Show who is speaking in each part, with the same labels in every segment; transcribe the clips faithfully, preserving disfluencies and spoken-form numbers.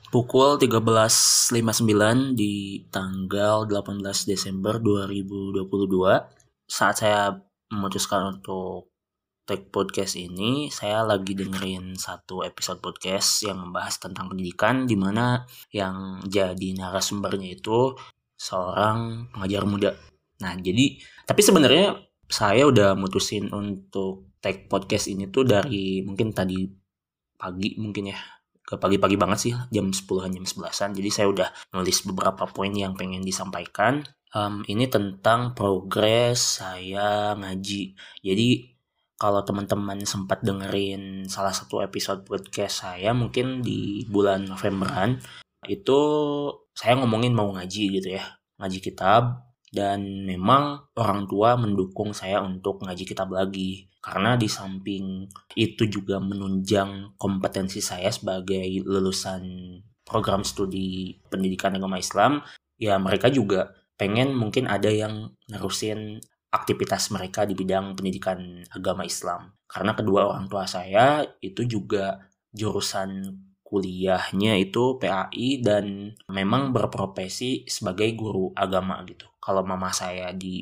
Speaker 1: Pukul tiga belas lima puluh sembilan di tanggal delapan belas Desember dua ribu dua puluh dua. Saat saya memutuskan untuk take podcast ini, saya lagi dengerin satu episode podcast yang membahas tentang pendidikan, di mana yang jadi narasumbernya itu seorang pengajar muda. Nah, jadi tapi sebenarnya saya udah mutusin untuk take podcast ini tuh dari mungkin tadi pagi mungkin ya. Ke pagi-pagi banget sih, jam sepuluhan, jam sebelasan. Jadi saya udah nulis beberapa poin yang pengen disampaikan. Um, ini tentang progres saya ngaji. Jadi kalau teman-teman sempat dengerin salah satu episode podcast saya mungkin di bulan Novemberan, itu saya ngomongin mau ngaji gitu ya, ngaji kitab. Dan memang orang tua mendukung saya untuk ngaji kitab lagi. Karena di samping itu juga menunjang kompetensi saya sebagai lulusan program studi pendidikan agama Islam. Ya mereka juga pengen mungkin ada yang nerusin aktivitas mereka di bidang pendidikan agama Islam. Karena kedua orang tua saya itu juga jurusan kuliahnya itu P A I dan memang berprofesi sebagai guru agama gitu. Kalau mama saya di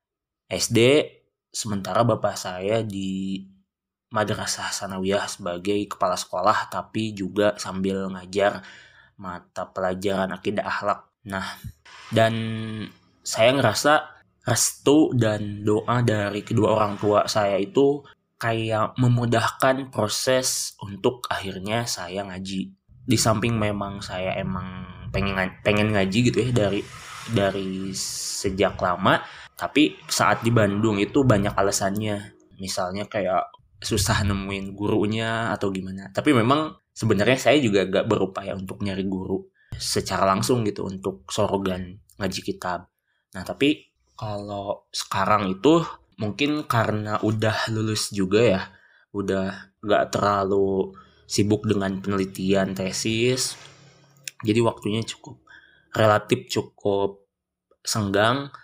Speaker 1: S D, sementara bapak saya di Madrasah Sanawiyah sebagai kepala sekolah, tapi juga sambil ngajar mata pelajaran akidah akhlak. Nah, dan saya ngerasa restu dan doa dari kedua orang tua saya itu kayak memudahkan proses untuk akhirnya saya ngaji. Di samping memang saya emang pengen pengen ngaji gitu ya dari dari sejak lama, tapi saat di Bandung itu banyak alasannya. Misalnya kayak susah nemuin gurunya atau gimana. Tapi memang sebenarnya saya juga gak berupaya untuk nyari guru secara langsung gitu untuk sorogan ngaji kitab. Nah, tapi kalau sekarang itu mungkin karena udah lulus juga ya, udah gak terlalu sibuk dengan penelitian tesis, jadi waktunya cukup relatif cukup senggang.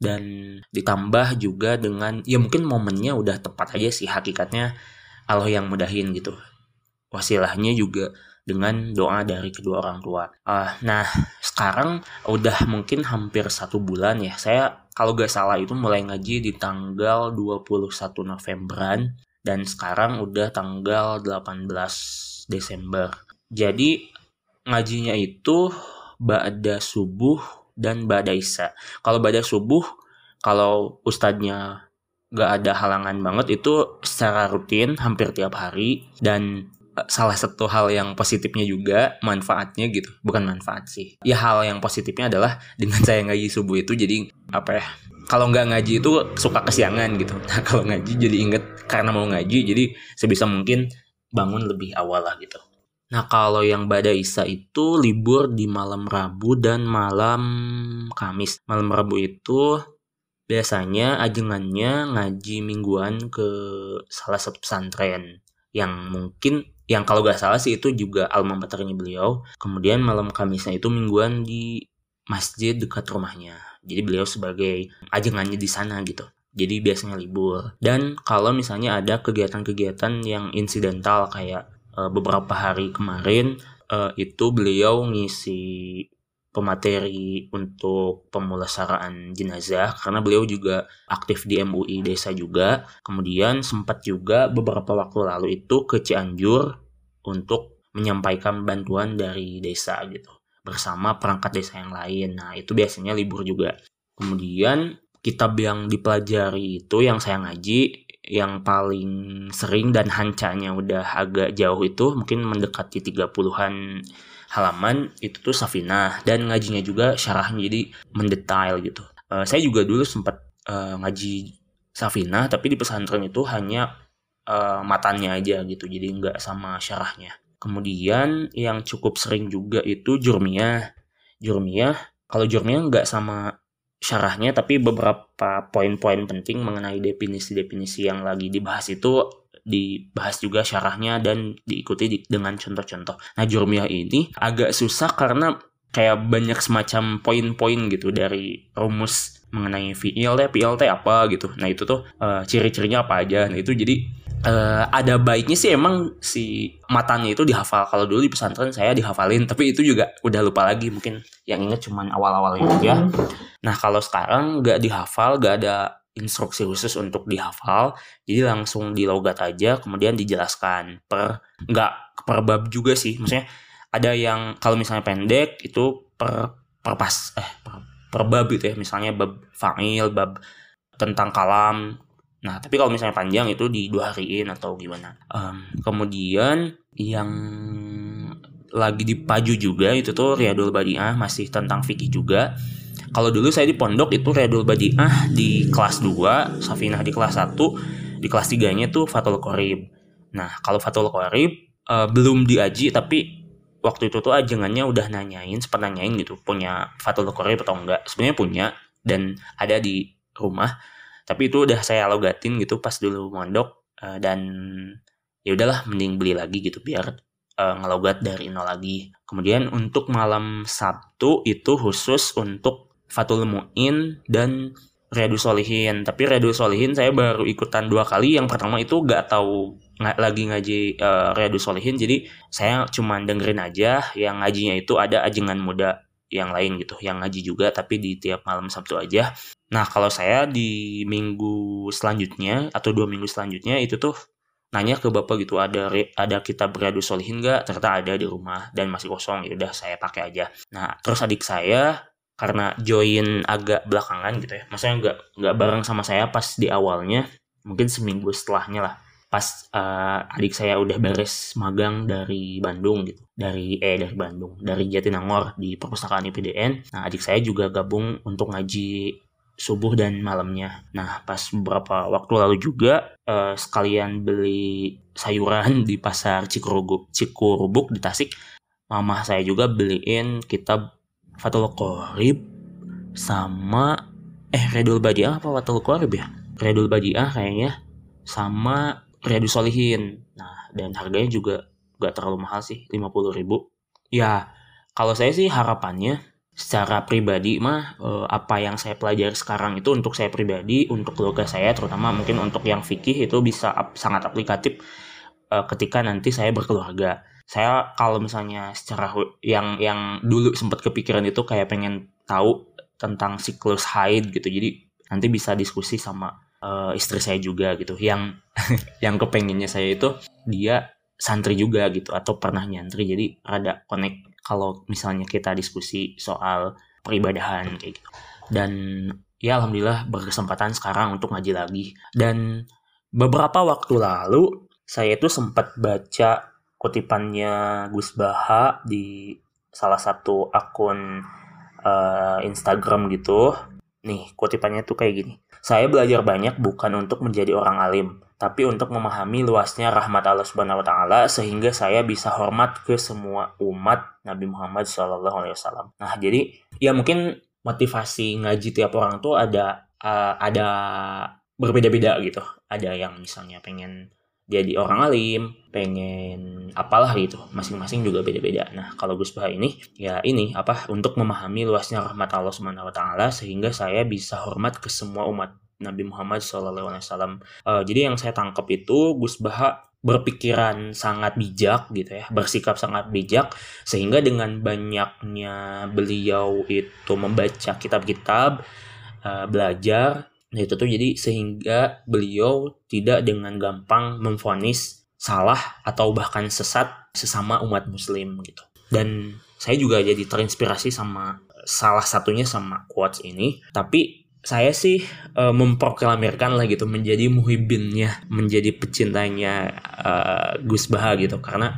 Speaker 1: Dan ditambah juga dengan ya mungkin momennya udah tepat aja sih, hakikatnya Allah yang mudahin gitu, wasilahnya juga dengan doa dari kedua orang tua. Uh, nah sekarang udah mungkin hampir satu bulan ya, saya kalau gak salah itu mulai ngaji di tanggal dua puluh satu Novemberan dan sekarang udah tanggal delapan belas Desember. Jadi ngajinya itu ba'da subuh dan ba'da isya. Kalau ba'da subuh, kalau ustadznya gak ada halangan banget, itu secara rutin hampir tiap hari. Dan salah satu hal yang positifnya juga, manfaatnya gitu, bukan manfaat sih ya, hal yang positifnya adalah dengan saya ngaji subuh itu jadi apa ya, kalau nggak ngaji itu suka kesiangan gitu. Nah kalau ngaji jadi inget karena mau ngaji, jadi sebisa mungkin bangun lebih awal lah gitu. Nah kalau yang ba'da isya itu libur di malam Rabu dan malam Kamis. Malam Rabu itu biasanya ajengannya ngaji mingguan ke salah satu pesantren yang mungkin, yang kalau gak salah sih itu juga alma maternya beliau. Kemudian malam Kamisnya itu mingguan di masjid dekat rumahnya. Jadi beliau sebagai ajengannya di sana gitu. Jadi biasanya libur. Dan kalau misalnya ada kegiatan-kegiatan yang insidental kayak e, beberapa hari kemarin e, itu beliau ngisi pemateri untuk pemulasaraan jenazah karena beliau juga aktif di M U I desa juga. Kemudian sempat juga beberapa waktu lalu itu ke Cianjur untuk menyampaikan bantuan dari desa gitu bersama perangkat desa yang lain. Nah itu biasanya libur juga. Kemudian kitab yang dipelajari itu yang saya ngaji yang paling sering dan hancanya udah agak jauh itu mungkin mendekati tiga puluhan halaman itu tuh Safinah, dan ngajinya juga syarahnya jadi mendetail gitu. Uh, saya juga dulu sempat uh, ngaji Safinah, tapi di pesantren itu hanya uh, matannya aja gitu, jadi nggak sama syarahnya. Kemudian yang cukup sering juga itu Jurmiyah. Jurmiyah, kalau Jurmiyah nggak sama syarahnya, tapi beberapa poin-poin penting mengenai definisi-definisi yang lagi dibahas itu dibahas juga syarahnya dan diikuti di, dengan contoh-contoh. Nah Jurmiyah ini agak susah karena kayak banyak semacam poin-poin gitu dari rumus mengenai fi'il teh, fi'il teh apa gitu. Nah itu tuh uh, ciri-cirinya apa aja. Nah itu jadi Uh, ada baiknya sih emang si matanya itu dihafal. Kalau dulu di pesantren saya dihafalin, tapi itu juga udah lupa lagi, mungkin yang inget cuman awal-awalnya aja. Nah kalau sekarang nggak dihafal, nggak ada instruksi khusus untuk dihafal, jadi langsung dilogat aja, kemudian dijelaskan per nggak per bab juga sih, maksudnya ada yang kalau misalnya pendek itu per per pas eh per, per bab gitu ya, misalnya bab fa'il, bab tentang kalam. Nah, tapi kalau misalnya panjang itu di dua hariin atau gimana. Um, kemudian yang lagi dipaju juga itu tuh Riyadul Badi'ah, masih tentang fikih juga. Kalau dulu saya di pondok itu Riyadul Badi'ah di kelas dua, Safinah di kelas satu, di kelas tiga-nya tuh Fathul Qorib. Nah, kalau Fathul Qorib uh, belum diaji, tapi waktu itu tuh ajengannya udah nanyain, sempat nanyain gitu, punya Fathul Qorib atau enggak. Sebenarnya punya dan ada di rumah. Tapi itu udah saya logatin gitu pas dulu mondok, uh, dan ya udahlah mending beli lagi gitu biar uh, ngelogat dari nol lagi. Kemudian untuk malam Sabtu itu khusus untuk Fathul Mu'in dan Riyadus Shalihin. Tapi Riyadus Shalihin saya baru ikutan dua kali. Yang pertama itu gak tahu ng- lagi ngaji uh, Riyadus Shalihin, jadi saya cuman dengerin aja. Yang ngajinya itu ada ajengan muda yang lain gitu, yang ngaji juga tapi di tiap malam Sabtu aja. Nah kalau saya di minggu selanjutnya atau dua minggu selanjutnya itu tuh nanya ke bapak gitu, ada ada kitab Riyadus Shalihin nggak? Ternyata ada di rumah dan masih kosong, ya udah saya pakai aja. Nah terus adik saya karena join agak belakangan gitu ya, maksudnya nggak nggak bareng sama saya pas di awalnya, mungkin seminggu setelahnya lah, pas uh, adik saya udah beres magang dari Bandung gitu, dari eh dari Bandung dari Jatinangor di perpustakaan I P D N. Nah adik saya juga gabung untuk ngaji subuh dan malamnya. Nah pas beberapa waktu lalu juga uh, sekalian beli sayuran di pasar Cikurubuk, Cikurubuk di Tasik, mama saya juga beliin kitab Fathul Qorib sama eh Riyadul Badi'ah apa Fathul Qorib ya? Riyadul Badi'ah kayaknya, sama Riyadus Shalihin. Nah dan harganya juga gak terlalu mahal sih, lima puluh ribu. Ya kalau saya sih harapannya secara pribadi mah eh, apa yang saya pelajari sekarang itu untuk saya pribadi, untuk keluarga saya, terutama mungkin untuk yang fikih itu bisa ap, sangat aplikatif eh, ketika nanti saya berkeluarga. Saya kalau misalnya secara yang yang dulu sempat kepikiran itu kayak pengen tahu tentang siklus haid gitu, jadi nanti bisa diskusi sama uh, istri saya juga gitu, yang yang kepengennya saya itu dia santri juga gitu atau pernah nyantri, jadi rada connect kalau misalnya kita diskusi soal peribadahan kayak gitu. Dan ya alhamdulillah berkesempatan sekarang untuk ngaji lagi. Dan beberapa waktu lalu saya itu sempat baca kutipannya Gus Baha di salah satu akun uh, Instagram gitu. Nih kutipannya tuh kayak gini: saya belajar banyak bukan untuk menjadi orang alim, tapi untuk memahami luasnya rahmat Allah Subhanahu wa taala sehingga saya bisa hormat ke semua umat Nabi Muhammad shallallahu alaihi wasallam. Nah, jadi ya mungkin motivasi ngaji tiap orang tuh ada uh, ada berbeda-beda gitu. Ada yang misalnya pengen jadi orang alim, pengen apalah gitu, masing-masing juga beda-beda. Nah kalau Gus Baha ini ya ini apa, untuk memahami luasnya rahmat Allah Subhanahu wa taala sehingga saya bisa hormat ke semua umat Nabi Muhammad shallallahu alaihi wasallam. Uh, jadi yang saya tangkap itu Gus Baha berpikiran sangat bijak gitu ya, bersikap sangat bijak, sehingga dengan banyaknya beliau itu membaca kitab-kitab, uh, belajar. Nah itu tuh jadi sehingga beliau tidak dengan gampang memvonis salah atau bahkan sesat sesama umat muslim gitu. Dan saya juga jadi terinspirasi sama salah satunya sama quotes ini. Tapi saya sih e, memproklamirkan lah gitu, menjadi muhibbinnya, menjadi pecintanya e, Gus Baha gitu. Karena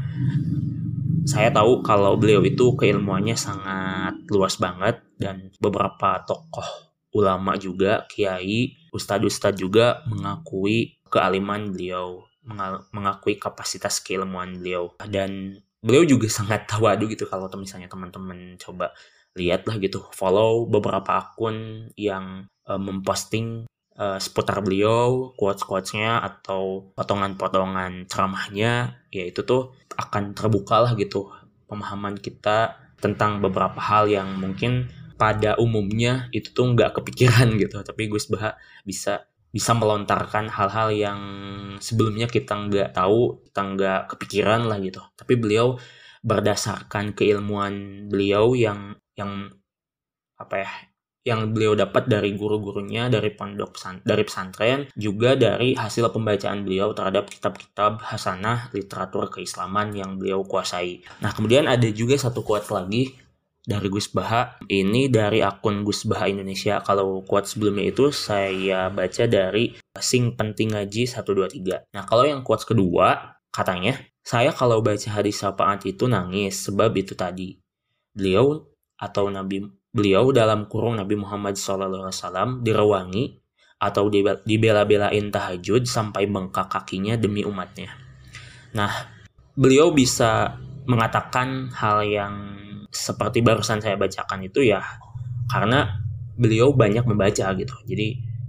Speaker 1: saya tahu kalau beliau itu keilmuannya sangat luas banget, dan beberapa tokoh ulama juga, kiai, ustadz-ustadz juga mengakui kealiman beliau, mengakui kapasitas keilmuan beliau. Dan beliau juga sangat tawadu gitu. Kalau misalnya teman-teman coba lihat lah gitu, follow beberapa akun yang uh, memposting uh, seputar beliau, quotes-quotesnya atau potongan-potongan ceramahnya, ya itu tuh akan terbuka lah gitu pemahaman kita tentang beberapa hal yang mungkin pada umumnya itu tuh nggak kepikiran gitu, tapi Gus Baha bisa bisa melontarkan hal-hal yang sebelumnya kita nggak tahu, kita nggak kepikiran lah gitu. Tapi beliau berdasarkan keilmuan beliau yang yang apa ya, yang beliau dapat dari guru-gurunya, dari pondok dari pesantren, juga dari hasil pembacaan beliau terhadap kitab-kitab hasanah literatur keislaman yang beliau kuasai. Nah, kemudian ada juga satu quote lagi dari Gus Baha, ini dari akun Gus Baha Indonesia. Kalau quote sebelumnya itu saya baca dari Sing Penting Ngaji satu dua tiga. Nah, kalau yang quote kedua, katanya, saya kalau baca hadis syafaat itu nangis, sebab itu tadi. Beliau atau Nabi beliau dalam kurung Nabi Muhammad shallallahu alaihi wasallam direwangi atau dibela-belain tahajud sampai bengkak kakinya demi umatnya. Nah, beliau bisa mengatakan hal yang seperti barusan saya bacakan itu ya karena beliau banyak membaca gitu. Jadi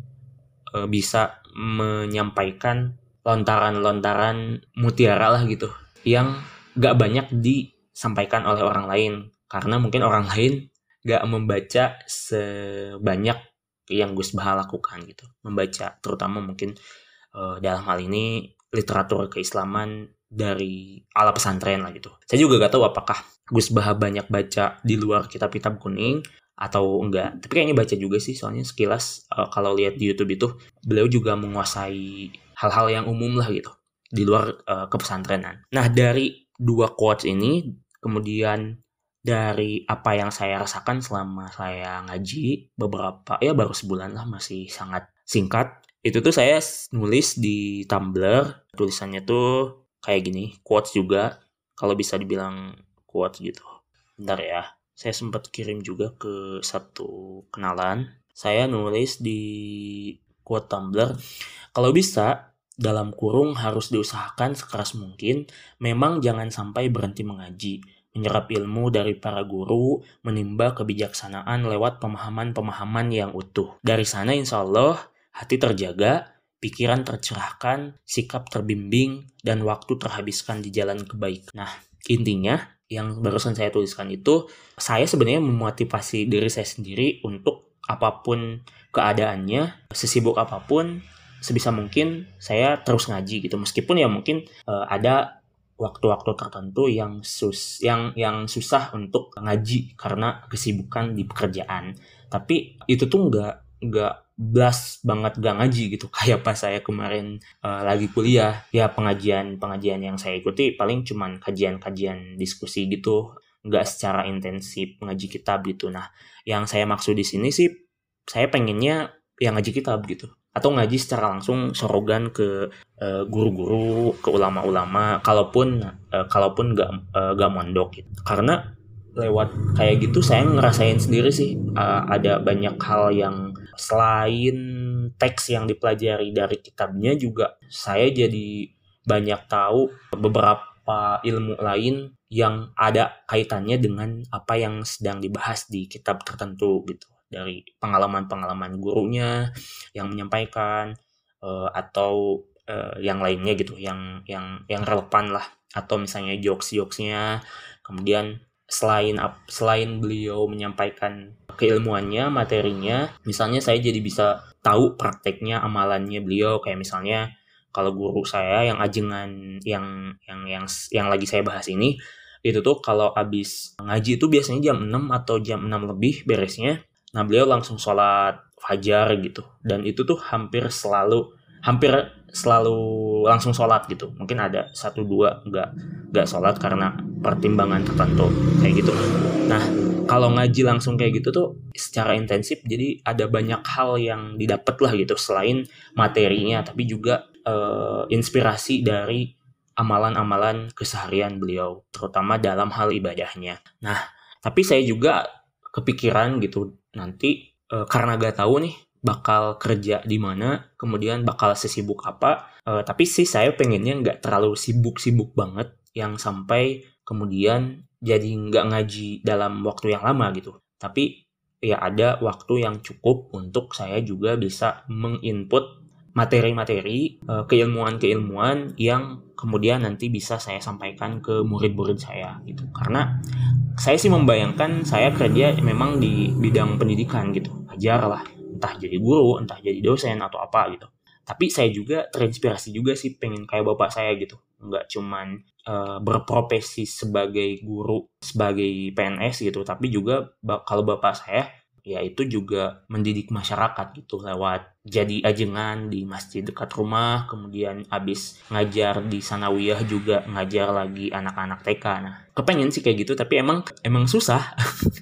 Speaker 1: e, bisa menyampaikan lontaran-lontaran mutiara lah gitu yang gak banyak disampaikan oleh orang lain, karena mungkin orang lain gak membaca sebanyak yang Gus Baha lakukan gitu. Membaca terutama mungkin e, dalam hal ini literatur keislaman dari ala pesantren lah gitu. Saya juga gak tahu apakah Gus Baha banyak baca di luar kitab-kitab kuning atau enggak. Tapi kayaknya baca juga sih, soalnya sekilas e, kalau lihat di YouTube itu beliau juga menguasai hal-hal yang umum lah gitu di luar e, kepesantrenan. Nah, dari dua quotes ini, kemudian dari apa yang saya rasakan selama saya ngaji beberapa, ya baru sebulan lah, masih sangat singkat. Itu tuh saya nulis di Tumblr, tulisannya tuh kayak gini, quotes juga, kalau bisa dibilang quotes gitu. Bentar ya, saya sempat kirim juga ke satu kenalan. Saya nulis di quote Tumblr, kalau bisa dalam kurung harus diusahakan sekeras mungkin, memang jangan sampai berhenti mengaji, menyerap ilmu dari para guru, menimba kebijaksanaan lewat pemahaman-pemahaman yang utuh. Dari sana insya Allah hati terjaga, pikiran tercerahkan, sikap terbimbing, dan waktu terhabiskan di jalan kebaikan. Nah, intinya yang barusan saya tuliskan itu, saya sebenarnya memotivasi diri saya sendiri untuk apapun keadaannya, sesibuk apapun, sebisa mungkin saya terus ngaji gitu. Meskipun ya mungkin uh, ada waktu-waktu tertentu yang sus yang yang susah untuk ngaji karena kesibukan di pekerjaan. Tapi itu tuh nggak nggak blast banget gak ngaji gitu kayak pas saya kemarin uh, lagi kuliah. Ya pengajian pengajian yang saya ikuti paling cuman kajian-kajian diskusi gitu, nggak secara intensif ngaji kitab gitu. Nah, yang saya maksud di sini sih saya pengennya yang ngaji kitab gitu, atau ngaji secara langsung sorogan ke uh, guru-guru, ke ulama-ulama, kalaupun uh, kalaupun nggak uh, nggak mondok gitu. Karena lewat kayak gitu saya ngerasain sendiri sih uh, ada banyak hal yang selain teks yang dipelajari dari kitabnya, juga saya jadi banyak tahu beberapa ilmu lain yang ada kaitannya dengan apa yang sedang dibahas di kitab tertentu gitu, dari pengalaman-pengalaman gurunya yang menyampaikan uh, atau uh, yang lainnya gitu, yang yang yang relevan lah, atau misalnya jokes-jokesnya. Kemudian selain selain beliau menyampaikan keilmuannya, materinya, misalnya saya jadi bisa tahu prakteknya, amalannya beliau. Kayak misalnya kalau guru saya yang ajengan yang yang yang yang lagi saya bahas ini, itu tuh kalau habis ngaji itu biasanya jam enam atau jam enam lebih beresnya. Nah, beliau langsung sholat fajar gitu. Dan itu tuh hampir selalu, hampir selalu langsung sholat gitu. Mungkin ada satu dua nggak nggak sholat karena pertimbangan tertentu kayak gitu. Nah, kalau ngaji langsung kayak gitu tuh secara intensif, jadi ada banyak hal yang didapat lah gitu, selain materinya, tapi juga uh, inspirasi dari amalan-amalan keseharian beliau, terutama dalam hal ibadahnya. Nah, tapi saya juga kepikiran gitu, nanti e, karena gak tahu nih bakal kerja di mana, kemudian bakal sesibuk apa, e, tapi sih saya pengennya nggak terlalu sibuk-sibuk banget yang sampai kemudian jadi nggak ngaji dalam waktu yang lama gitu. Tapi ya ada waktu yang cukup untuk saya juga bisa menginput materi-materi, e, keilmuan-keilmuan yang kemudian nanti bisa saya sampaikan ke murid-murid saya gitu. Karena saya sih membayangkan saya kerja memang di bidang pendidikan gitu, ajar lah entah jadi guru, entah jadi dosen atau apa gitu. Tapi saya juga terinspirasi juga sih pengen kayak bapak saya gitu. Nggak cuman uh, berprofesi sebagai guru, sebagai P N S gitu, tapi juga ba- kalau bapak saya ya itu juga mendidik masyarakat gitu lewat jadi ajengan di masjid dekat rumah, kemudian abis ngajar di sanawiyah juga ngajar lagi anak-anak T K. Nah, kepengen sih kayak gitu, tapi emang emang susah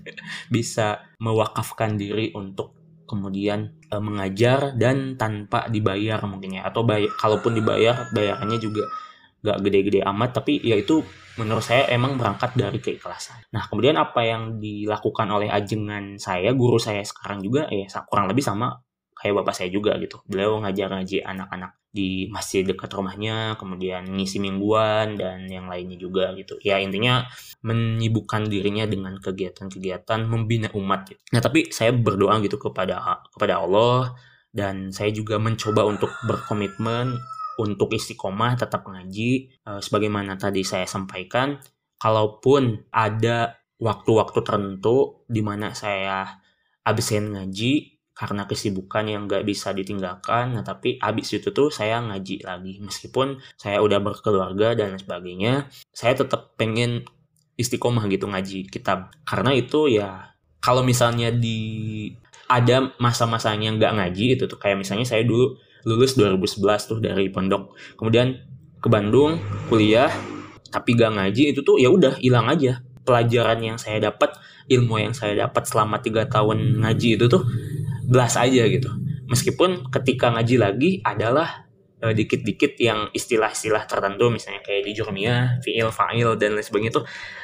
Speaker 1: bisa mewakafkan diri untuk kemudian e, mengajar dan tanpa dibayar mungkin ya, atau bay- kalaupun dibayar bayarannya juga gak gede-gede amat, tapi ya itu menurut saya emang berangkat dari keikhlasan. Nah, kemudian apa yang dilakukan oleh ajengan saya, guru saya sekarang juga ya kurang lebih sama kayak bapak saya juga gitu. Beliau ngajar ngaji anak-anak di masjid dekat rumahnya, kemudian ngisi mingguan dan yang lainnya juga gitu. Ya intinya menyibukkan dirinya dengan kegiatan-kegiatan membina umat gitu. Nah, tapi saya berdoa gitu kepada kepada Allah, dan saya juga mencoba untuk berkomitmen untuk istiqomah tetap ngaji. E, sebagaimana tadi saya sampaikan, kalaupun ada waktu-waktu tertentu di mana saya absen ngaji karena kesibukan yang gak bisa ditinggalkan, nah tapi abis itu tuh saya ngaji lagi. Meskipun saya udah berkeluarga dan sebagainya, saya tetap pengen istiqomah gitu ngaji kitab. Karena itu ya, kalau misalnya di ada masa-masanya nggak ngaji itu tuh, kayak misalnya saya dulu lulus dua ribu sebelas tuh dari pondok, kemudian ke Bandung kuliah tapi gak ngaji, itu tuh ya udah hilang aja pelajaran yang saya dapat, ilmu yang saya dapat selama tiga tahun ngaji itu tuh belas aja gitu. Meskipun ketika ngaji lagi adalah e, dikit-dikit yang istilah-istilah tertentu, misalnya kayak di jurmiyah, fi'il, fa'il dan lain sebagainya tuh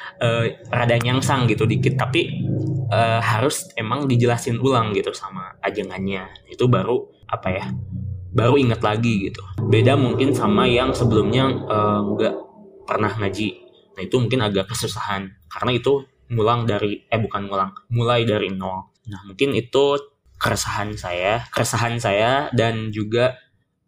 Speaker 1: e, rada nyangsang gitu dikit, tapi e, harus emang dijelasin ulang gitu sama ajengannya, itu baru apa ya, baru ingat lagi gitu. Beda mungkin sama yang sebelumnya nggak uh, pernah ngaji. Nah itu mungkin agak kesusahan karena itu ngulang dari eh bukan ngulang, mulai dari nol. Nah mungkin itu keresahan saya, keresahan saya dan juga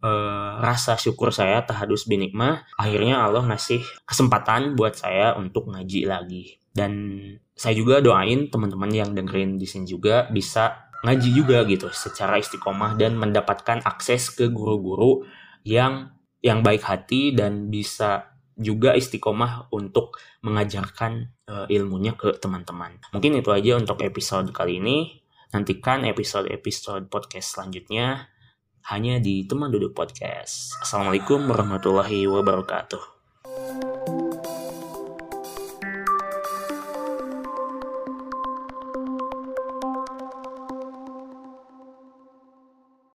Speaker 1: uh, rasa syukur saya tahadus binikmah. Akhirnya Allah ngasih kesempatan buat saya untuk ngaji lagi. Dan saya juga doain teman-teman yang dengerin di sini juga bisa ngaji juga gitu secara istiqomah dan mendapatkan akses ke guru-guru yang yang baik hati dan bisa juga istiqomah untuk mengajarkan uh, ilmunya ke teman-teman. Mungkin itu aja untuk episode kali ini. Nantikan episode-episode podcast selanjutnya hanya di Teman Duduk Podcast. Assalamualaikum warahmatullahi wabarakatuh.